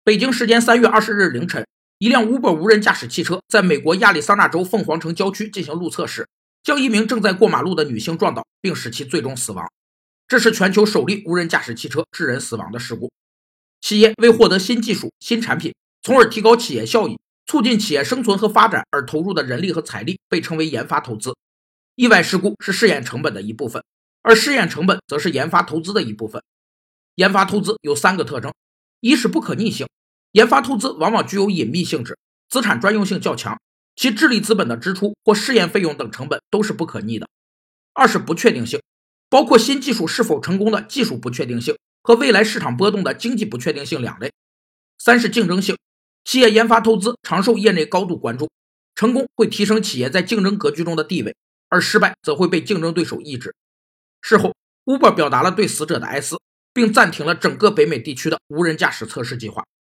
北京时间3月20日凌晨，一辆 Uber 无人驾驶汽车在美国亚利桑那州凤凰城郊区进行路测时，将一名正在过马路的女性撞倒，并使其最终死亡。这是全球首例无人驾驶汽车致人死亡的事故。企业为获得新技术、新产品，从而提高企业效益，促进企业生存和发展而投入的人力和财力被称为研发投资。意外事故是试验成本的一部分，而试验成本则是研发投资的一部分。研发投资有3个特征：一是不可逆性，研发投资往往具有隐秘性质，资产专用性较强，其智力资本的支出或试验费用等成本都是不可逆的。二是不确定性，包括新技术是否成功的技术不确定性和未来市场波动的经济不确定性2类。三是竞争性，企业研发投资常受业内高度关注，成功会提升企业在竞争格局中的地位，而失败则会被竞争对手抑制。事后 Uber 表达了对死者的哀思，并暂停了整个北美地区的无人驾驶测试计划。